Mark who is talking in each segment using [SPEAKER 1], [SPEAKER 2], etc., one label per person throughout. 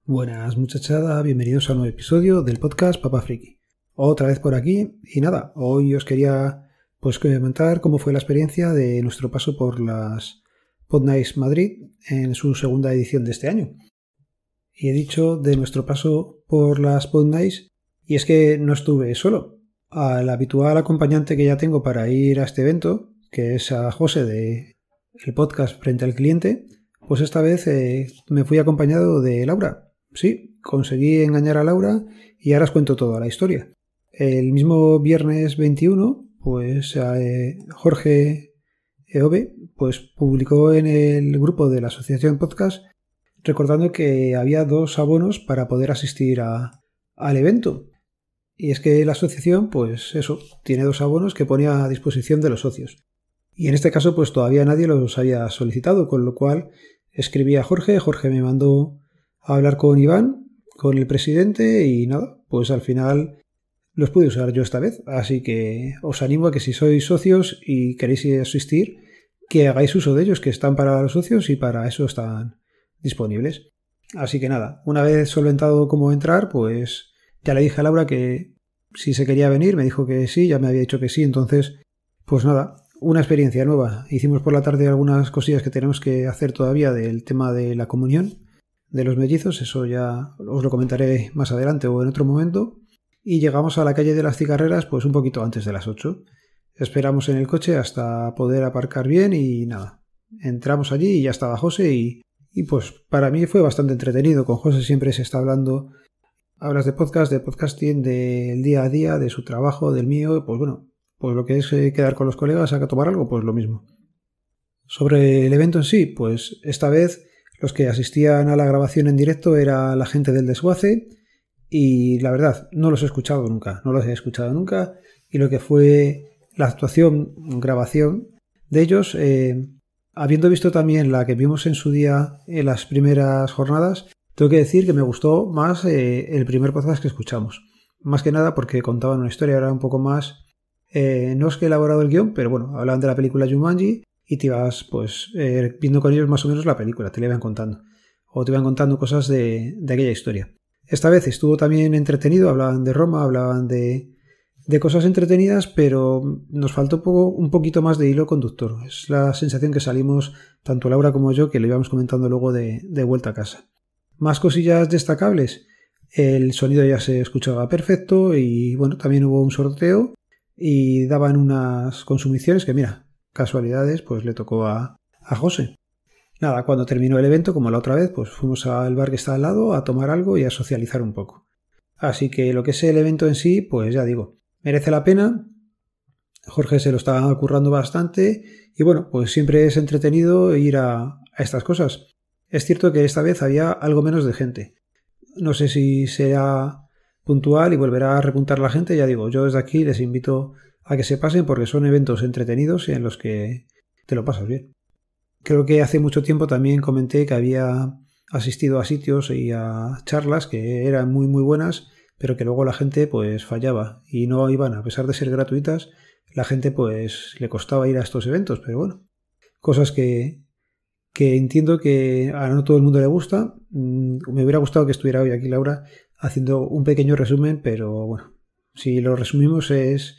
[SPEAKER 1] Buenas muchachada, bienvenidos a un nuevo episodio del podcast Papa Friki. Otra vez por aquí y nada, hoy os quería comentar cómo fue la experiencia de nuestro paso por las Podnights Madrid en su segunda edición de este año. Y he dicho de nuestro paso por las Podnights y es que no estuve solo. Al habitual acompañante que ya tengo para ir a este evento, que es a José de el podcast Frente al Cliente, pues esta vez me fui acompañado de Laura. Sí, conseguí engañar a Laura y ahora os cuento toda la historia. El mismo viernes 21, pues Jorge Eove pues publicó en el grupo de la Asociación Podcast recordando que había 2 abonos para poder asistir al evento. Y es que la asociación, pues eso, tiene 2 abonos que pone a disposición de los socios. Y en este caso, pues todavía nadie los había solicitado, con lo cual escribí a Jorge me mandó a hablar con Iván, con el presidente y nada, pues al final los pude usar yo esta vez. Así que os animo a que si sois socios y queréis asistir, que hagáis uso de ellos, que están para los socios y para eso están disponibles. Así que nada, una vez solventado cómo entrar, pues ya le dije a Laura que si se quería venir, me dijo que sí, ya me había dicho que sí, entonces pues nada, una experiencia nueva. Hicimos por la tarde algunas cosillas que tenemos que hacer todavía del tema de la comunión de los mellizos, eso ya os lo comentaré más adelante o en otro momento. Y llegamos a la calle de las Cigarreras pues un poquito antes de las 8. Esperamos en el coche hasta poder aparcar bien y nada, entramos allí y ya estaba José y pues para mí fue bastante entretenido. Con José siempre se está hablando, hablas de podcast, de podcasting, del día a día, de su trabajo, del mío, pues bueno, pues lo que es quedar con los colegas a tomar algo, pues lo mismo. Sobre el evento en sí, pues esta vez los que asistían a la grabación en directo era la gente del Desguace y la verdad no los he escuchado nunca, y lo que fue la actuación, grabación de ellos, habiendo visto también la que vimos en su día en las primeras jornadas, tengo que decir que me gustó más el primer podcast que escuchamos, más que nada porque contaban una historia, era un poco más, no es que elaborado el guión, pero bueno, hablaban de la película Jumanji y te ibas pues viendo con ellos más o menos la película, te la iban contando o te iban contando cosas de aquella historia. Esta vez estuvo también entretenido, hablaban de Roma, hablaban de cosas entretenidas, pero nos faltó un poquito más de hilo conductor. Es la sensación que salimos tanto Laura como yo, que lo íbamos comentando luego de vuelta a casa. Más cosillas destacables, el sonido ya se escuchaba perfecto y bueno, también hubo un sorteo y daban unas consumiciones que mira, casualidades, pues le tocó a José. Nada, cuando terminó el evento, como la otra vez, pues fuimos al bar que está al lado a tomar algo y a socializar un poco. Así que lo que es el evento en sí, pues ya digo, merece la pena. Jorge se lo está currando bastante y bueno, pues siempre es entretenido ir a estas cosas. Es cierto que esta vez había algo menos de gente. No sé si será puntual y volverá a repuntar la gente, ya digo, yo desde aquí les invito a que se pasen porque son eventos entretenidos y en los que te lo pasas bien. Creo que hace mucho tiempo también comenté que había asistido a sitios y a charlas que eran muy muy buenas, pero que luego la gente pues fallaba y no iban, a pesar de ser gratuitas, la gente pues le costaba ir a estos eventos, pero bueno, cosas que entiendo que a no todo el mundo le gusta. Me hubiera gustado que estuviera hoy aquí Laura haciendo un pequeño resumen, pero bueno, si lo resumimos es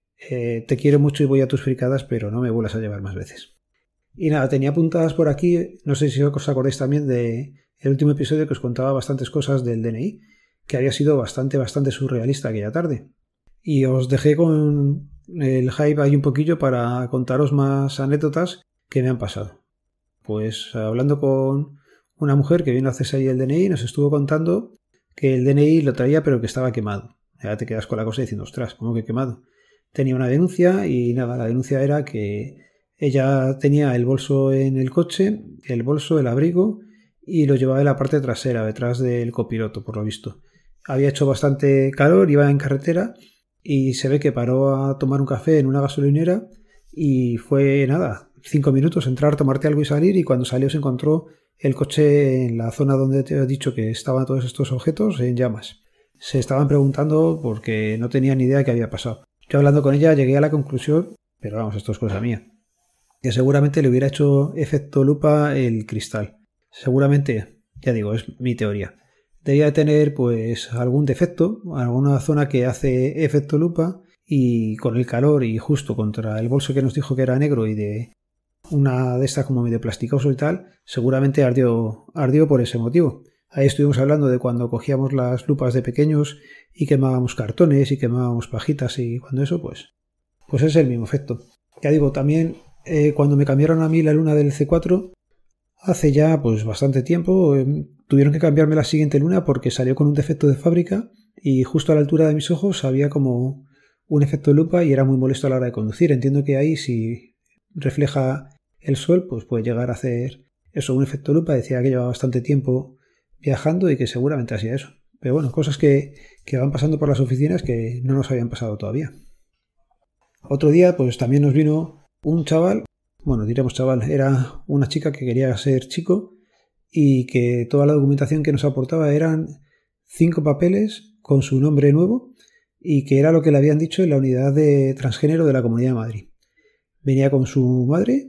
[SPEAKER 1] te quiero mucho y voy a tus fricadas, pero no me vuelvas a llevar más veces. Y nada, tenía apuntadas por aquí, no sé si os acordáis también de el último episodio que os contaba bastantes cosas del DNI, que había sido bastante surrealista aquella tarde. Y os dejé con el hype ahí un poquillo para contaros más anécdotas que me han pasado. Pues hablando con una mujer que vino a hacerse ahí el DNI, nos estuvo contando que el DNI lo traía pero que estaba quemado. Ya te quedas con la cosa diciendo, ostras, ¿cómo que quemado? Tenía una denuncia y nada, la denuncia era que ella tenía el bolso en el coche, el bolso, el abrigo y lo llevaba en la parte trasera, detrás del copiloto, por lo visto. Había hecho bastante calor, iba en carretera y se ve que paró a tomar un café en una gasolinera y fue nada, 5 minutos entrar, tomarte algo y salir, y cuando salió se encontró el coche en la zona donde te he dicho que estaban todos estos objetos en llamas. Se estaban preguntando porque no tenían ni idea de qué había pasado. Yo hablando con ella llegué a la conclusión, pero vamos, esto es cosa mía, que seguramente le hubiera hecho efecto lupa el cristal. Seguramente, ya digo, es mi teoría. debía de tener pues algún defecto, alguna zona que hace efecto lupa, y con el calor y justo contra el bolso que nos dijo que era negro y de una de estas como medio plasticoso y tal, seguramente ardió por ese motivo. Ahí estuvimos hablando de cuando cogíamos las lupas de pequeños y quemábamos cartones y quemábamos pajitas, y cuando eso pues es el mismo efecto. Ya digo, también cuando me cambiaron a mí la luna del C4 hace ya pues bastante tiempo, tuvieron que cambiarme la siguiente luna porque salió con un defecto de fábrica y justo a la altura de mis ojos había como un efecto de lupa y era muy molesto a la hora de conducir. Entiendo que ahí si refleja el sol pues puede llegar a hacer eso, un efecto de lupa. Decía que llevaba bastante tiempo viajando y que seguramente hacía eso. Pero bueno, cosas que van pasando por las oficinas que no nos habían pasado todavía. Otro día pues también nos vino un chaval, bueno, diremos chaval, era una chica que quería ser chico y que toda la documentación que nos aportaba eran 5 papeles con su nombre nuevo y que era lo que le habían dicho en la unidad de transgénero de la Comunidad de Madrid. Venía con su madre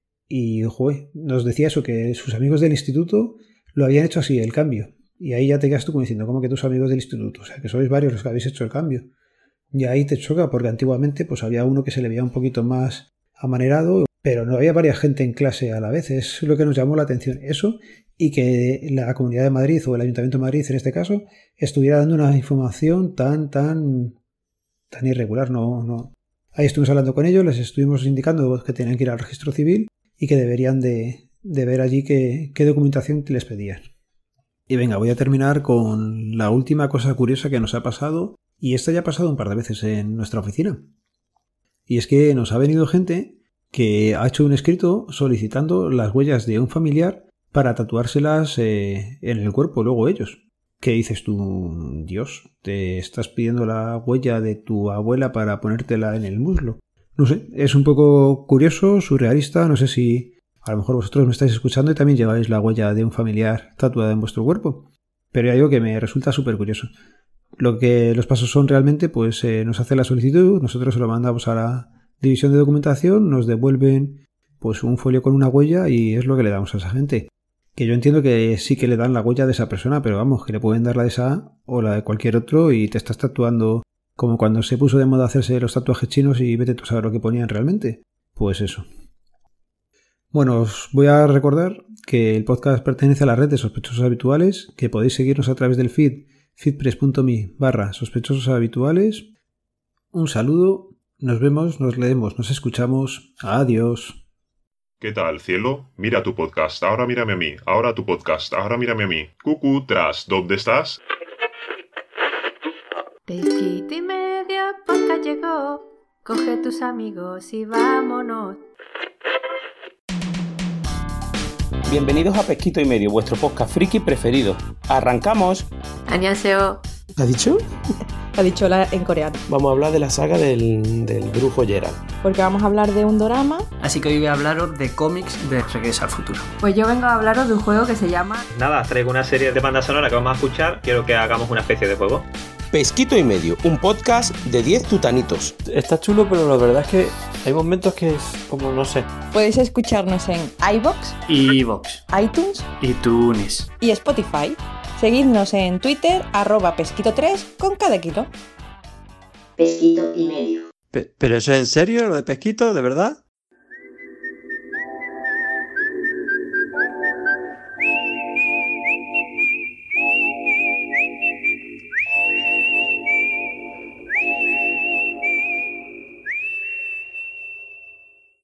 [SPEAKER 1] y nos decía eso, que sus amigos del instituto lo habían hecho así, el cambio. Y ahí ya te quedas tú como diciendo, ¿cómo que tus amigos del instituto? O sea, que sois varios los que habéis hecho el cambio. Y ahí te choca porque antiguamente pues había uno que se le veía un poquito más amanerado, pero no había varias gente en clase a la vez. Es lo que nos llamó la atención. Eso, y que la Comunidad de Madrid o el Ayuntamiento de Madrid en este caso estuviera dando una información tan irregular. No. Ahí estuvimos hablando con ellos, les estuvimos indicando que tenían que ir al registro civil y que deberían de ver allí qué documentación les pedían. Y venga, voy a terminar con la última cosa curiosa que nos ha pasado, y esta ya ha pasado un par de veces en nuestra oficina. Y es que nos ha venido gente que ha hecho un escrito solicitando las huellas de un familiar para tatuárselas en el cuerpo luego ellos. ¿Qué dices tú? Dios, te estás pidiendo la huella de tu abuela para ponértela en el muslo. No sé, es un poco curioso, surrealista, no sé si a lo mejor vosotros me estáis escuchando y también lleváis la huella de un familiar tatuada en vuestro cuerpo. Pero ya digo que me resulta súper curioso. Lo que los pasos son realmente, pues nos hace la solicitud, nosotros se lo mandamos a la división de documentación, nos devuelven pues un folio con una huella y es lo que le damos a esa gente. Que yo entiendo que sí que le dan la huella de esa persona, pero vamos, que le pueden dar la de esa o la de cualquier otro y te estás tatuando como cuando se puso de moda hacerse los tatuajes chinos y vete tú a saber lo que ponían realmente. Pues eso. Bueno, os voy a recordar que el podcast pertenece a la red de sospechosos habituales, que podéis seguirnos a través del feed feedpress.me/sospechosos habituales. Un saludo, nos vemos, nos leemos, nos escuchamos. Adiós.
[SPEAKER 2] ¿Qué tal, cielo? Mira tu podcast, ahora mírame a mí, ahora tu podcast, ahora mírame a mí. Cucú, tras, ¿dónde estás?
[SPEAKER 3] Pesquito y medio, podcast llegó. Coge tus amigos y vámonos.
[SPEAKER 4] Bienvenidos a Pesquito y Medio, vuestro podcast friki preferido. ¡Arrancamos!
[SPEAKER 3] 안녕하세요.
[SPEAKER 5] ¿Ha dicho?
[SPEAKER 6] Ha dicho en coreano.
[SPEAKER 5] Vamos a hablar de la saga del brujo Geralt.
[SPEAKER 6] Porque vamos a hablar de un dorama.
[SPEAKER 7] Así que hoy voy a hablaros de cómics de Regreso al Futuro.
[SPEAKER 3] Pues yo vengo a hablaros de un juego que se llama...
[SPEAKER 8] Nada, traigo una serie de banda sonora que vamos a escuchar. Quiero que hagamos una especie de juego.
[SPEAKER 5] Pesquito y Medio, un podcast de 10 tutanitos.
[SPEAKER 9] Está chulo, pero la verdad es que hay momentos que es como, no sé.
[SPEAKER 6] Podéis escucharnos en iVoox,
[SPEAKER 7] iVoox,
[SPEAKER 6] iTunes
[SPEAKER 7] y Tunis
[SPEAKER 6] y Spotify. Seguidnos en Twitter, @pesquito3 con cada kilo.
[SPEAKER 10] Pesquito y Medio.
[SPEAKER 9] ¿Pero eso es en serio, lo de Pesquito, de verdad?